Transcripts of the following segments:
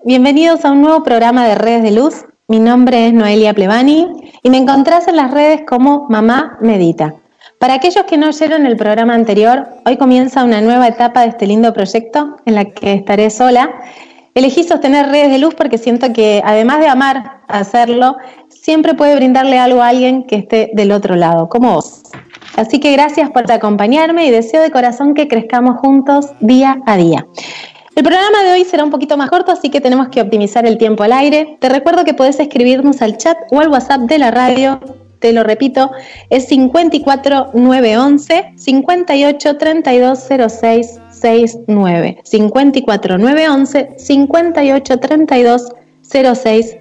bienvenidos a un nuevo programa de Redes de Luz. Mi nombre es Noelia Plevani y me encontrás en las redes como Mamá Medita. Para aquellos que no oyeron el programa anterior, hoy comienza una nueva etapa de este lindo proyecto en la que estaré sola. Elegí sostener Redes de Luz porque siento que, además de amar hacerlo, siempre puede brindarle algo a alguien que esté del otro lado, como vos. Así que gracias por acompañarme y deseo de corazón que crezcamos juntos día a día. El programa de hoy será un poquito más corto, así que tenemos que optimizar el tiempo al aire. Te recuerdo que podés escribirnos al chat o al WhatsApp de la radio. Te lo repito, es 54 911 58 32 06 69. 54 911 58 32 06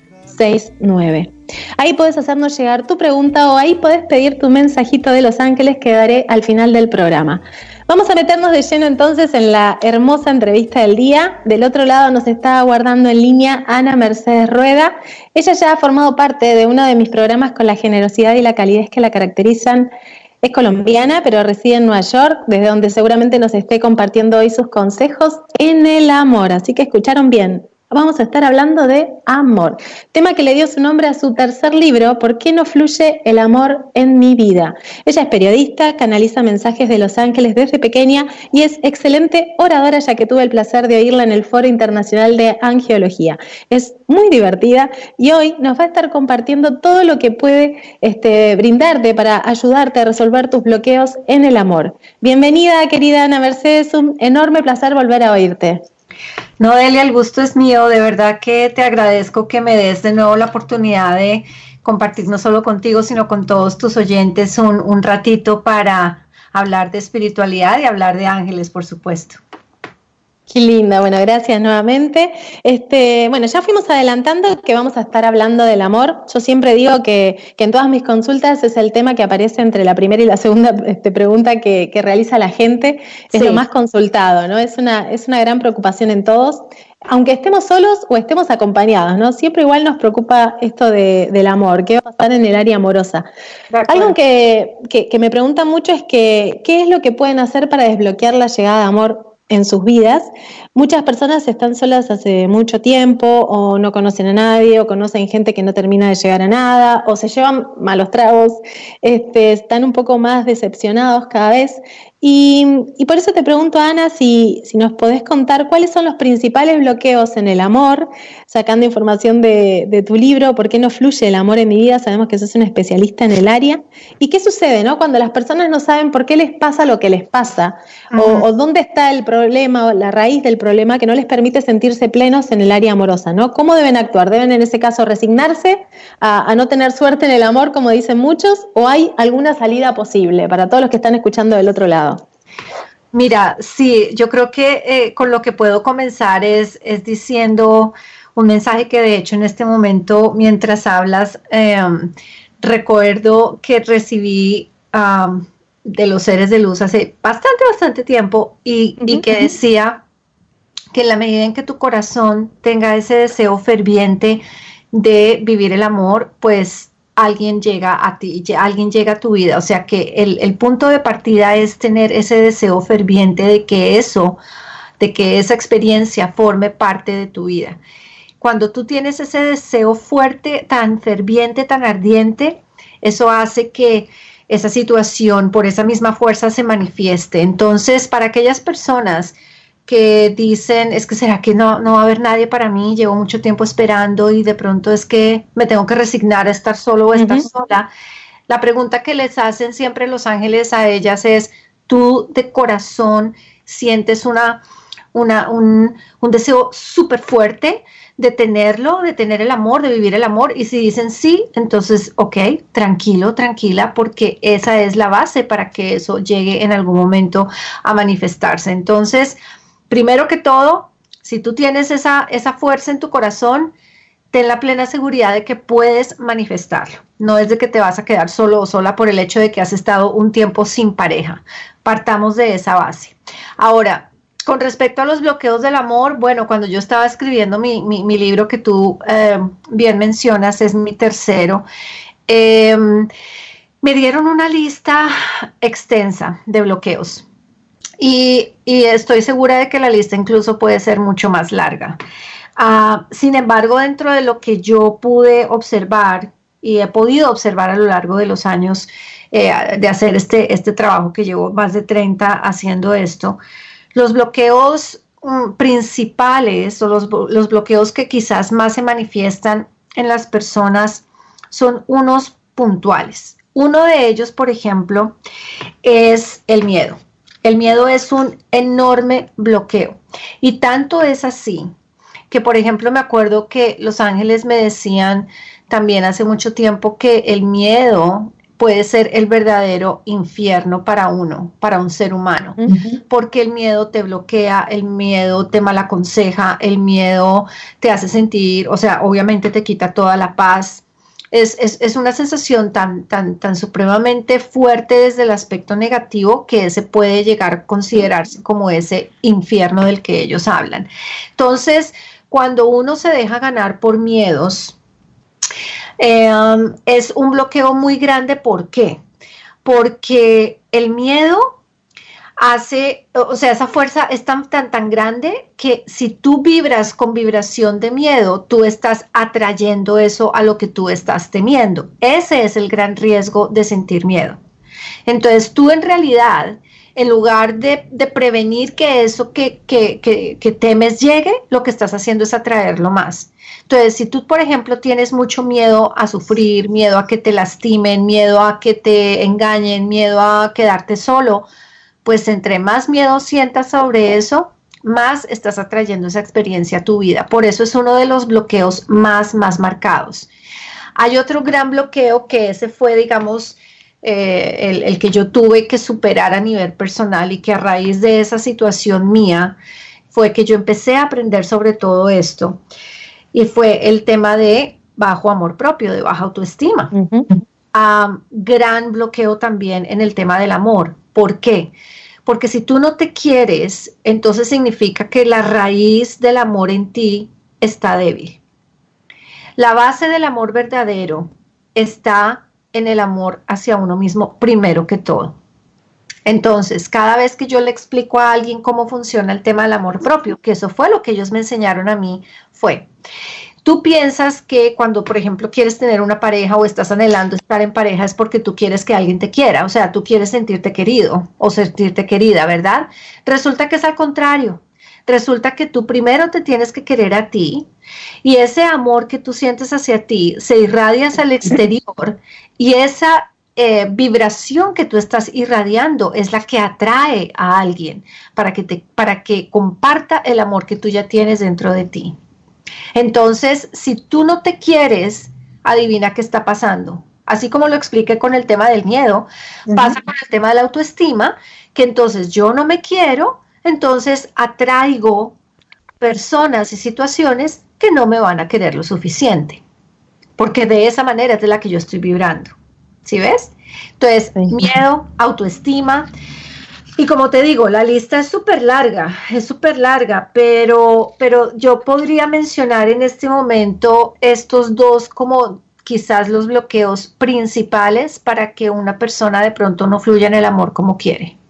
69. Ahí podés hacernos llegar tu pregunta o ahí podés pedir tu mensajito de Los Ángeles que daré al final del programa. Vamos a meternos de lleno entonces en la hermosa entrevista del día. Del otro lado nos está aguardando en línea Ana Mercedes Rueda. Ella ya ha formado parte de uno de mis programas con la generosidad y la calidez que la caracterizan. Es colombiana, pero reside en Nueva York, desde donde seguramente nos esté compartiendo hoy sus consejos en el amor. Así que escucharon bien. Vamos a estar hablando de amor, tema que le dio su nombre a su tercer libro, ¿Por qué no fluye el amor en mi vida? Ella es periodista, canaliza mensajes de Los Ángeles desde pequeña y es excelente oradora, ya que tuve el placer de oírla en el Foro Internacional de Angiología. Es muy divertida y hoy nos va a estar compartiendo todo lo que puede brindarte para ayudarte a resolver tus bloqueos en el amor. Bienvenida, querida Ana Mercedes, un enorme placer volver a oírte. Noelia, el gusto es mío, de verdad que te agradezco que me des de nuevo la oportunidad de compartir no solo contigo, sino con todos tus oyentes un ratito para hablar de espiritualidad y hablar de ángeles, por supuesto. Qué linda, bueno, gracias nuevamente. Bueno, ya fuimos adelantando que vamos a estar hablando del amor. Yo siempre digo que en todas mis consultas es el tema que aparece entre la primera y la segunda pregunta que realiza la gente. Es lo más consultado, ¿no? Es una gran preocupación en todos, aunque estemos solos o estemos acompañados, ¿no? Siempre igual nos preocupa esto del amor, qué va a pasar en el área amorosa. Algo que me preguntan mucho es que ¿qué es lo que pueden hacer para desbloquear la llegada de amor en sus vidas? Muchas personas están solas hace mucho tiempo o no conocen a nadie o conocen gente que no termina de llegar a nada o se llevan malos tragos, están un poco más decepcionados cada vez y por eso te pregunto, Ana, si nos podés contar cuáles son los principales bloqueos en el amor, sacando información de tu libro, ¿Por qué no fluye el amor en mi vida? Sabemos que sos un especialista en el área. ¿Y qué sucede, no? Cuando las personas no saben por qué les pasa lo que les pasa o dónde está el problema o la raíz del problema que no les permite sentirse plenos en el área amorosa, ¿no? ¿Cómo deben actuar? ¿Deben en ese caso resignarse a no tener suerte en el amor, como dicen muchos, o hay alguna salida posible para todos los que están escuchando del otro lado? Mira, sí, yo creo que con lo que puedo comenzar es diciendo un mensaje que de hecho en este momento, mientras hablas, recuerdo que recibí de los seres de luz hace bastante tiempo y que decía que en la medida en que tu corazón tenga ese deseo ferviente de vivir el amor, pues alguien llega a ti, alguien llega a tu vida. O sea que el punto de partida es tener ese deseo ferviente de que esa experiencia forme parte de tu vida. Cuando tú tienes ese deseo fuerte, tan ferviente, tan ardiente, eso hace que esa situación por esa misma fuerza se manifieste. Entonces, para aquellas personas que dicen, es que será que no va a haber nadie para mí, llevo mucho tiempo esperando y de pronto es que me tengo que resignar a estar solo o estar sola. La pregunta que les hacen siempre los ángeles a ellas es, ¿tú de corazón sientes un deseo súper fuerte de tenerlo, de tener el amor, de vivir el amor? Y si dicen sí, entonces, ok, tranquilo, tranquila, porque esa es la base para que eso llegue en algún momento a manifestarse. Entonces, primero que todo, si tú tienes esa fuerza en tu corazón, ten la plena seguridad de que puedes manifestarlo. No es de que te vas a quedar solo o sola por el hecho de que has estado un tiempo sin pareja. Partamos de esa base. Ahora, con respecto a los bloqueos del amor, bueno, cuando yo estaba escribiendo mi libro que tú bien mencionas, es mi tercero, me dieron una lista extensa de bloqueos. Y estoy segura de que la lista incluso puede ser mucho más larga. Sin embargo, dentro de lo que yo pude observar y he podido observar a lo largo de los años de hacer este trabajo que llevo más de 30 haciendo esto, los bloqueos principales o los bloqueos que quizás más se manifiestan en las personas son unos puntuales. Uno de ellos, por ejemplo, es el miedo. El miedo es un enorme bloqueo y tanto es así que, por ejemplo, me acuerdo que los ángeles me decían también hace mucho tiempo que el miedo puede ser el verdadero infierno para uno, para un ser humano, porque el miedo te bloquea, el miedo te malaconseja, el miedo te hace sentir, o sea, obviamente te quita toda la paz. Es una sensación tan supremamente fuerte desde el aspecto negativo que ese puede llegar a considerarse como ese infierno del que ellos hablan. Entonces, cuando uno se deja ganar por miedos, es un bloqueo muy grande. ¿Por qué? Porque el miedo hace, o sea, esa fuerza es tan grande que si tú vibras con vibración de miedo, tú estás atrayendo eso a lo que tú estás temiendo. Ese es el gran riesgo de sentir miedo. Entonces, tú en realidad, en lugar de prevenir que eso que temes llegue, lo que estás haciendo es atraerlo más. Entonces, si tú, por ejemplo, tienes mucho miedo a sufrir, miedo a que te lastimen, miedo a que te engañen, miedo a quedarte solo, pues entre más miedo sientas sobre eso, más estás atrayendo esa experiencia a tu vida. Por eso es uno de los bloqueos más marcados. Hay otro gran bloqueo que ese fue, digamos, el que yo tuve que superar a nivel personal y que a raíz de esa situación mía fue que yo empecé a aprender sobre todo esto. Y fue el tema de bajo amor propio, de baja autoestima. Gran bloqueo también en el tema del amor. ¿Por qué? Porque si tú no te quieres, entonces significa que la raíz del amor en ti está débil. La base del amor verdadero está en el amor hacia uno mismo primero que todo. Entonces, cada vez que yo le explico a alguien cómo funciona el tema del amor propio, que eso fue lo que ellos me enseñaron a mí, fue, tú piensas que cuando, por ejemplo, quieres tener una pareja o estás anhelando estar en pareja es porque tú quieres que alguien te quiera, o sea, tú quieres sentirte querido o sentirte querida, ¿verdad? Resulta que es al contrario. Resulta que tú primero te tienes que querer a ti y ese amor que tú sientes hacia ti se irradia hacia el exterior y esa vibración que tú estás irradiando es la que atrae a alguien para que comparta el amor que tú ya tienes dentro de ti. Entonces, si tú no te quieres, adivina qué está pasando. Así como lo expliqué con el tema del miedo, pasa con el tema de la autoestima, que entonces yo no me quiero, entonces atraigo personas y situaciones que no me van a querer lo suficiente, porque de esa manera es de la que yo estoy vibrando. ¿Sí ves? Entonces, miedo, autoestima. Y como te digo, la lista es súper larga, pero yo podría mencionar en este momento estos dos como quizás los bloqueos principales para que una persona de pronto no fluya en el amor como quiere.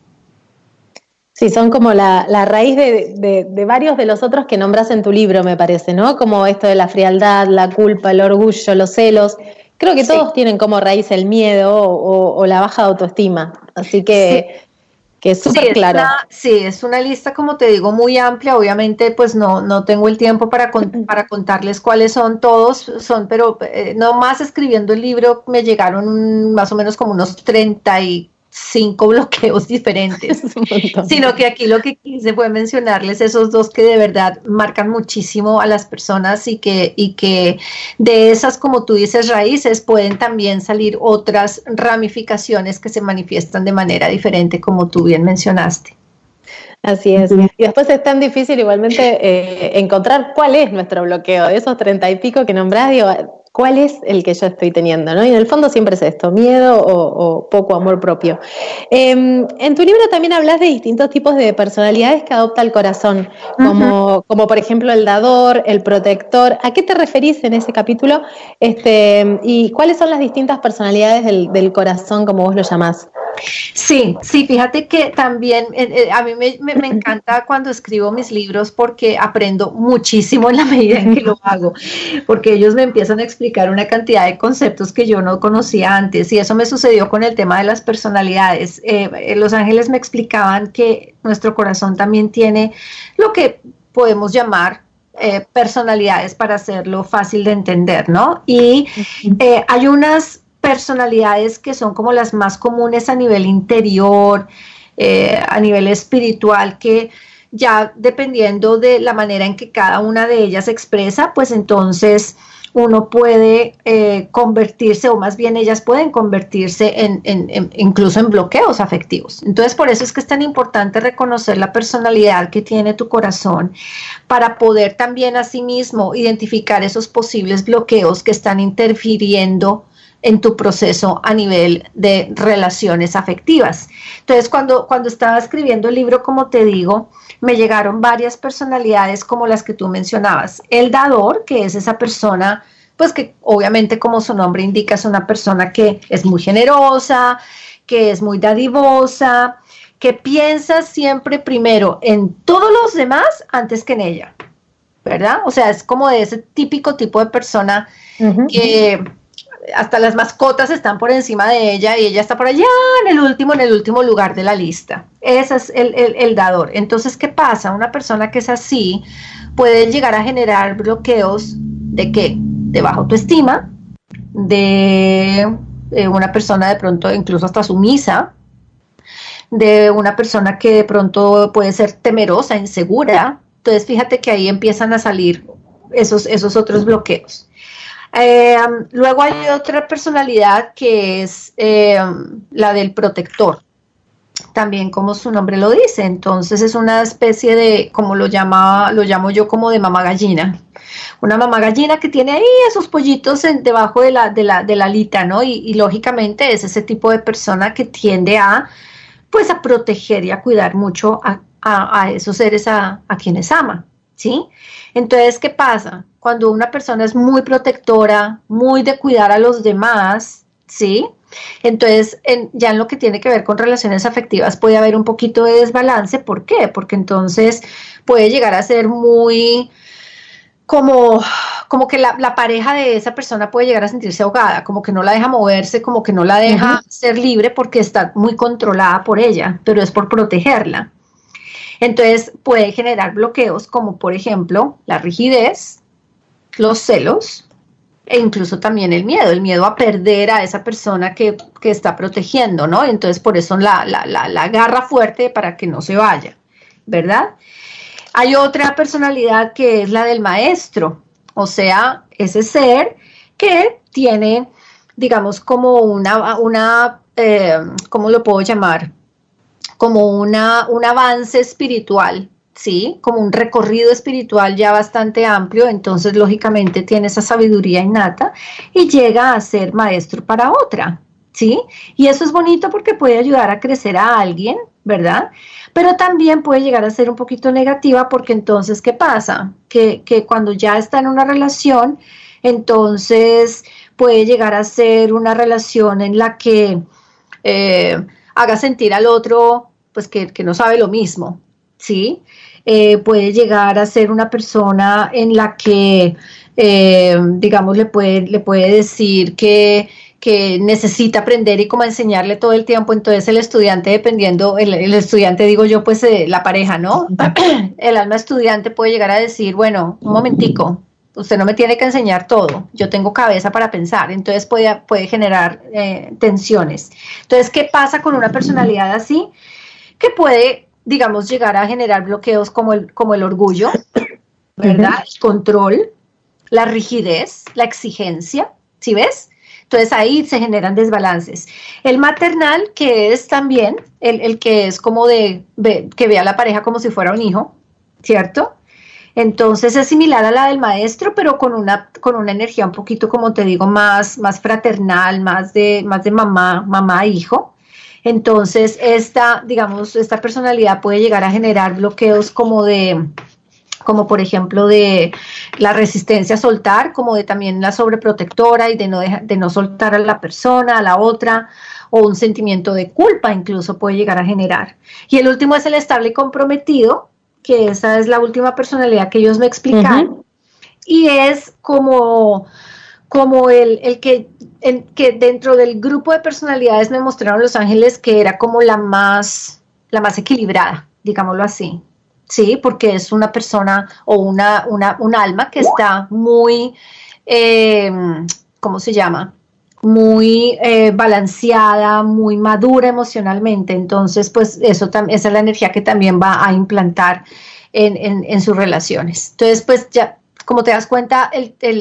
Sí, son como la raíz de varios de los otros que nombras en tu libro, me parece, ¿no? Como esto de la frialdad, la culpa, el orgullo, los celos. Creo que todos tienen como raíz el miedo o la baja autoestima, así que es súper claro. Es una lista, como te digo, muy amplia. Obviamente, pues no tengo el tiempo para contarles cuáles son todos, pero nomás escribiendo el libro me llegaron más o menos como unos 35 bloqueos diferentes, sino que aquí lo que quise fue mencionarles esos dos que de verdad marcan muchísimo a las personas y que de esas, como tú dices, raíces pueden también salir otras ramificaciones que se manifiestan de manera diferente, como tú bien mencionaste. Así es. Y después es tan difícil igualmente encontrar cuál es nuestro bloqueo. De esos 30 y pico que nombrás, digo, ¿cuál es el que yo estoy teniendo? ¿No? Y en el fondo siempre es esto, miedo o poco amor propio. En tu libro también hablas de distintos tipos de personalidades que adopta el corazón, como por ejemplo el dador, el protector. ¿A qué te referís en ese capítulo? ¿Y cuáles son las distintas personalidades del corazón, como vos lo llamás? Sí, sí, fíjate que también a mí me encanta cuando escribo mis libros porque aprendo muchísimo en la medida en que lo hago, porque ellos me empiezan a explicar una cantidad de conceptos que yo no conocía antes y eso me sucedió con el tema de las personalidades. Los ángeles me explicaban que nuestro corazón también tiene lo que podemos llamar personalidades para hacerlo fácil de entender, ¿no? Y hay unas personalidades que son como las más comunes a nivel interior, a nivel espiritual, que ya dependiendo de la manera en que cada una de ellas se expresa, pues entonces uno puede convertirse, o más bien ellas pueden convertirse incluso en bloqueos afectivos. Entonces, por eso es que es tan importante reconocer la personalidad que tiene tu corazón para poder también asimismo identificar esos posibles bloqueos que están interfiriendo en tu proceso a nivel de relaciones afectivas. Entonces, cuando estaba escribiendo el libro, como te digo, me llegaron varias personalidades como las que tú mencionabas. El dador, que es esa persona, pues que obviamente como su nombre indica, es una persona que es muy generosa, que es muy dadivosa, que piensa siempre primero en todos los demás antes que en ella, ¿verdad? O sea, es como de ese típico tipo de persona que hasta las mascotas están por encima de ella y ella está por allá en el último lugar de la lista. Ese es el dador. Entonces, ¿qué pasa? Una persona que es así puede llegar a generar bloqueos de ¿qué? De baja autoestima, de una persona de pronto incluso hasta sumisa, de una persona que de pronto puede ser temerosa, insegura. Entonces, fíjate que ahí empiezan a salir esos otros bloqueos. Luego hay otra personalidad que es la del protector, también como su nombre lo dice. Entonces es una especie de, como lo llamo yo, como de mamá gallina. Una mamá gallina que tiene ahí esos pollitos debajo de la alita, ¿no? Y lógicamente es ese tipo de persona que tiende pues a proteger y a cuidar mucho a esos seres a quienes ama, ¿sí? Entonces, ¿qué pasa? Cuando una persona es muy protectora, muy de cuidar a los demás, ¿sí? Entonces, ya en lo que tiene que ver con relaciones afectivas puede haber un poquito de desbalance. ¿Por qué? Porque entonces puede llegar a ser muy como que la pareja de esa persona puede llegar a sentirse ahogada, como que no la deja moverse, como que no la deja ser libre porque está muy controlada por ella, pero es por protegerla. Entonces puede generar bloqueos como por ejemplo la rigidez, los celos e incluso también el miedo a perder a esa persona que está protegiendo, ¿no? Entonces por eso la agarra fuerte para que no se vaya, ¿verdad? Hay otra personalidad que es la del maestro, o sea, ese ser que tiene, digamos, como ¿cómo lo puedo llamar? Como un avance espiritual, ¿sí? Como un recorrido espiritual ya bastante amplio, entonces lógicamente tiene esa sabiduría innata y llega a ser maestro para otra, ¿sí? Y eso es bonito porque puede ayudar a crecer a alguien, ¿verdad? Pero también puede llegar a ser un poquito negativa porque entonces, ¿qué pasa? Que cuando ya está en una relación, entonces puede llegar a ser una relación en la que haga sentir al otro pues que no sabe lo mismo, ¿sí? Puede llegar a ser una persona en la que, digamos, le puede decir que necesita aprender y como enseñarle todo el tiempo. Entonces el estudiante, dependiendo, el estudiante digo yo, pues la pareja, ¿no? El alma estudiante puede llegar a decir, bueno, un momentico, usted no me tiene que enseñar todo, yo tengo cabeza para pensar. Entonces puede generar tensiones. Entonces, ¿qué pasa con una personalidad así? Que puede, digamos, llegar a generar bloqueos como el orgullo, ¿verdad? El control, la rigidez, la exigencia, ¿sí ves? Entonces ahí se generan desbalances. El maternal, que es también el que es como que ve a la pareja como si fuera un hijo, ¿cierto? Entonces es similar a la del maestro, pero con una energía un poquito, como te digo, más fraternal, más de mamá-hijo. Entonces esta personalidad puede llegar a generar bloqueos como de como por ejemplo de la resistencia a soltar, como de también la sobreprotectora y de no soltar a la persona, a la otra, o un sentimiento de culpa incluso puede llegar a generar. Y el último es el estable y comprometido, que esa es la última personalidad que ellos me explicaron, y es como que dentro del grupo de personalidades me mostraron los ángeles que era como la más equilibrada, digámoslo así, ¿sí? Porque es una persona o un alma que está muy, ¿cómo se llama? Muy balanceada, muy madura emocionalmente. Entonces, pues esa es la energía que también va a implantar en sus relaciones. Entonces, pues ya, como te das cuenta,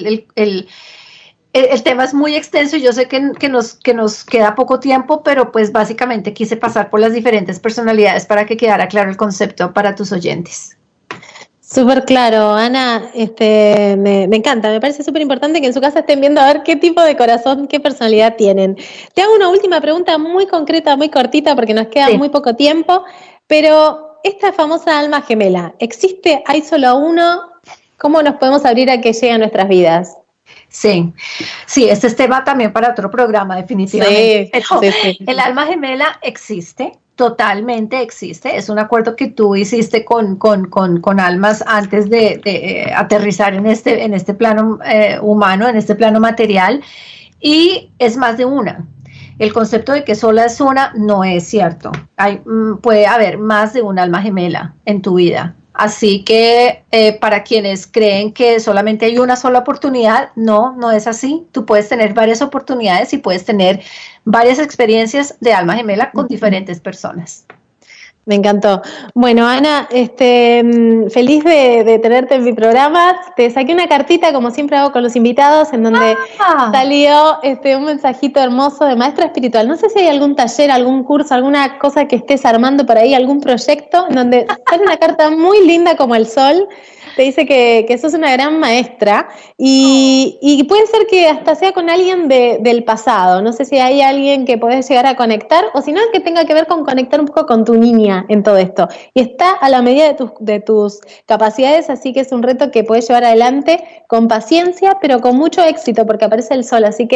el tema es muy extenso y yo sé que nos queda poco tiempo, pero pues básicamente quise pasar por las diferentes personalidades para que quedara claro el concepto para tus oyentes. Súper claro, Ana, me encanta, me parece súper importante que en su casa estén viendo a ver qué tipo de corazón, qué personalidad tienen. Te hago una última pregunta muy concreta, muy cortita, porque nos queda muy poco tiempo, pero esta famosa alma gemela, ¿existe? ¿Hay solo uno? ¿Cómo nos podemos abrir a que llegue a nuestras vidas? Sí, este es tema también para otro programa, definitivamente. Sí. El alma gemela existe, totalmente existe. Es un acuerdo que tú hiciste con almas antes de aterrizar en este plano humano, en este plano material, y es más de una. El concepto de que sola es una no es cierto. Puede haber más de un alma gemela en tu vida. Así que para quienes creen que solamente hay una sola oportunidad, no es así. Tú puedes tener varias oportunidades y puedes tener varias experiencias de alma gemela con diferentes personas. Me encantó. Bueno, Ana, feliz de tenerte en mi programa. Te saqué una cartita, como siempre hago con los invitados, en donde salió un mensajito hermoso de maestra espiritual. No sé si hay algún taller, algún curso, alguna cosa que estés armando por ahí, algún proyecto, en donde sale una carta muy linda como el sol. Te dice que sos una gran maestra y puede ser que hasta sea con alguien del pasado. No sé si hay alguien que podés llegar a conectar o si no, que tenga que ver con conectar un poco con tu niña en todo esto. Y está a la medida de tus capacidades, así que es un reto que puedes llevar adelante con paciencia, pero con mucho éxito, porque aparece el sol. Así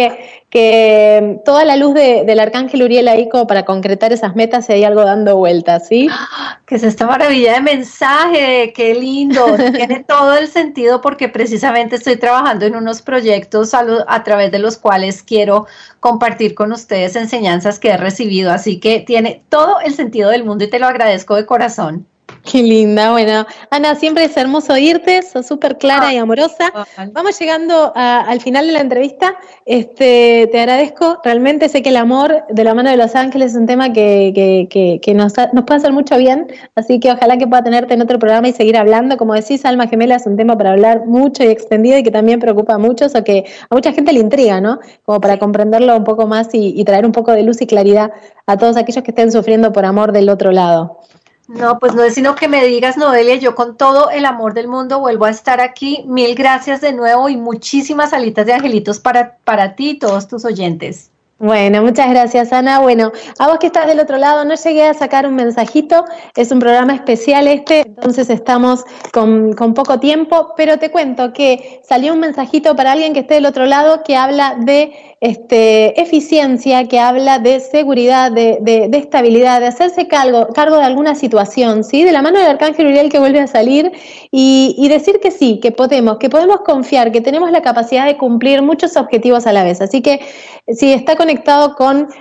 que toda la luz del arcángel Uriel ahí como para concretar esas metas si hay algo dando vueltas, ¿sí? Que es esta maravilla de mensaje, qué lindo. Tiene todo el sentido porque precisamente estoy trabajando en unos proyectos a través de los cuales quiero compartir con ustedes enseñanzas que he recibido, así que tiene todo el sentido del mundo y te lo agradezco de corazón. Qué linda, bueno, Ana, siempre es hermoso oírte, sos súper clara y amorosa. Vamos llegando al final de la entrevista. Te agradezco, realmente sé que el amor de la mano de los ángeles es un tema que nos puede hacer mucho bien, así que ojalá que pueda tenerte en otro programa y seguir hablando. Como decís, alma gemela es un tema para hablar mucho y extendido y que también preocupa a muchos o que a mucha gente le intriga, ¿no? Como para comprenderlo un poco más y traer un poco de luz y claridad a todos aquellos que estén sufriendo por amor del otro lado. No, pues no es sino que me digas, Noelia, yo con todo el amor del mundo vuelvo a estar aquí. Mil gracias de nuevo y muchísimas alitas de angelitos para ti y todos tus oyentes. Bueno, muchas gracias, Ana. Bueno, a vos que estás del otro lado, no llegué a sacar un mensajito, es un programa especial entonces estamos con poco tiempo, pero te cuento que salió un mensajito para alguien que esté del otro lado que habla de eficiencia, que habla de seguridad, de estabilidad, de hacerse cargo de alguna situación, ¿sí? De la mano del arcángel Uriel que vuelve a salir y decir que sí, que podemos confiar, que tenemos la capacidad de cumplir muchos objetivos a la vez. Así que si está conectado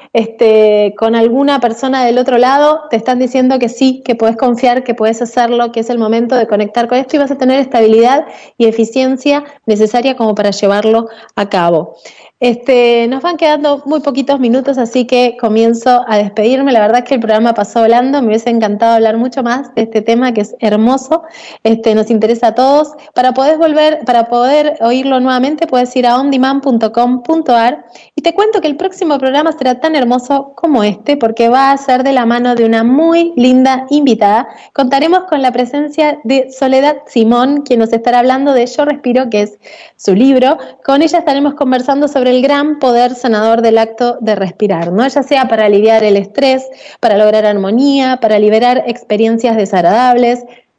con alguna persona del otro lado, te están diciendo que sí, que puedes confiar, que puedes hacerlo, que es el momento de conectar con esto y vas a tener estabilidad y eficiencia necesaria como para llevarlo a cabo. Nos van quedando muy poquitos minutos, así que comienzo a despedirme. La verdad es que el programa pasó volando, me hubiese encantado hablar mucho más de este tema que es hermoso, nos interesa a todos. Para poder oírlo nuevamente, puedes ir a ondemand.com.ar y te cuento que el próximo programa será tan hermoso como porque va a ser de la mano de una muy linda invitada. Contaremos con la presencia de Soledad Simón, quien nos estará hablando de Yo Respiro, que es su libro. Con ella estaremos conversando sobre el gran poder sanador del acto de respirar, ¿no? Ya sea para aliviar el estrés, para lograr armonía, para liberar experiencias desagradables,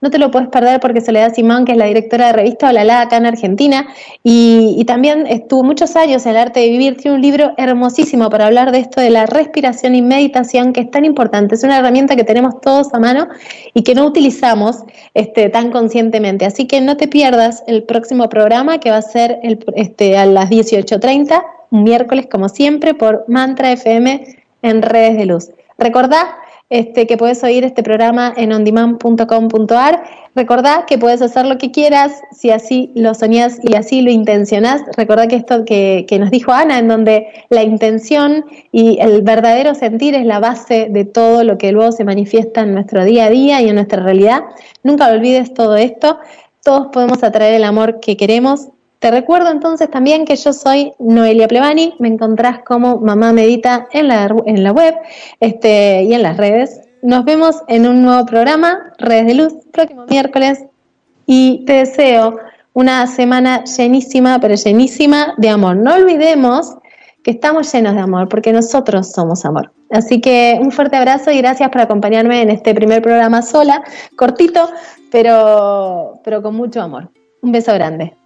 no te lo puedes perder porque Soledad Simón, que es la directora de revista Olala acá en Argentina, y también estuvo muchos años en el arte de vivir, tiene un libro hermosísimo para hablar de esto de la respiración y meditación, que es tan importante, es una herramienta que tenemos todos a mano y que no utilizamos tan conscientemente. Así que no te pierdas el próximo programa, que va a ser a las 18:30, un miércoles como siempre, por Mantra FM en Redes de Luz. Recordá que puedes oír este programa en ondemand.com.ar. Recordá que puedes hacer lo que quieras si así lo soñás y así lo intencionás. Recordá que esto que nos dijo Ana, en donde la intención y el verdadero sentir es la base de todo lo que luego se manifiesta en nuestro día a día y en nuestra realidad. Nunca olvides todo esto. Todos podemos atraer el amor que queremos. Te recuerdo entonces también que yo soy Noelia Plevani, me encontrás como Mamá Medita en la web y en las redes. Nos vemos en un nuevo programa, Redes de Luz, próximo miércoles, y te deseo una semana llenísima, pero llenísima de amor. No olvidemos que estamos llenos de amor, porque nosotros somos amor. Así que un fuerte abrazo y gracias por acompañarme en este primer programa sola, cortito, pero con mucho amor. Un beso grande.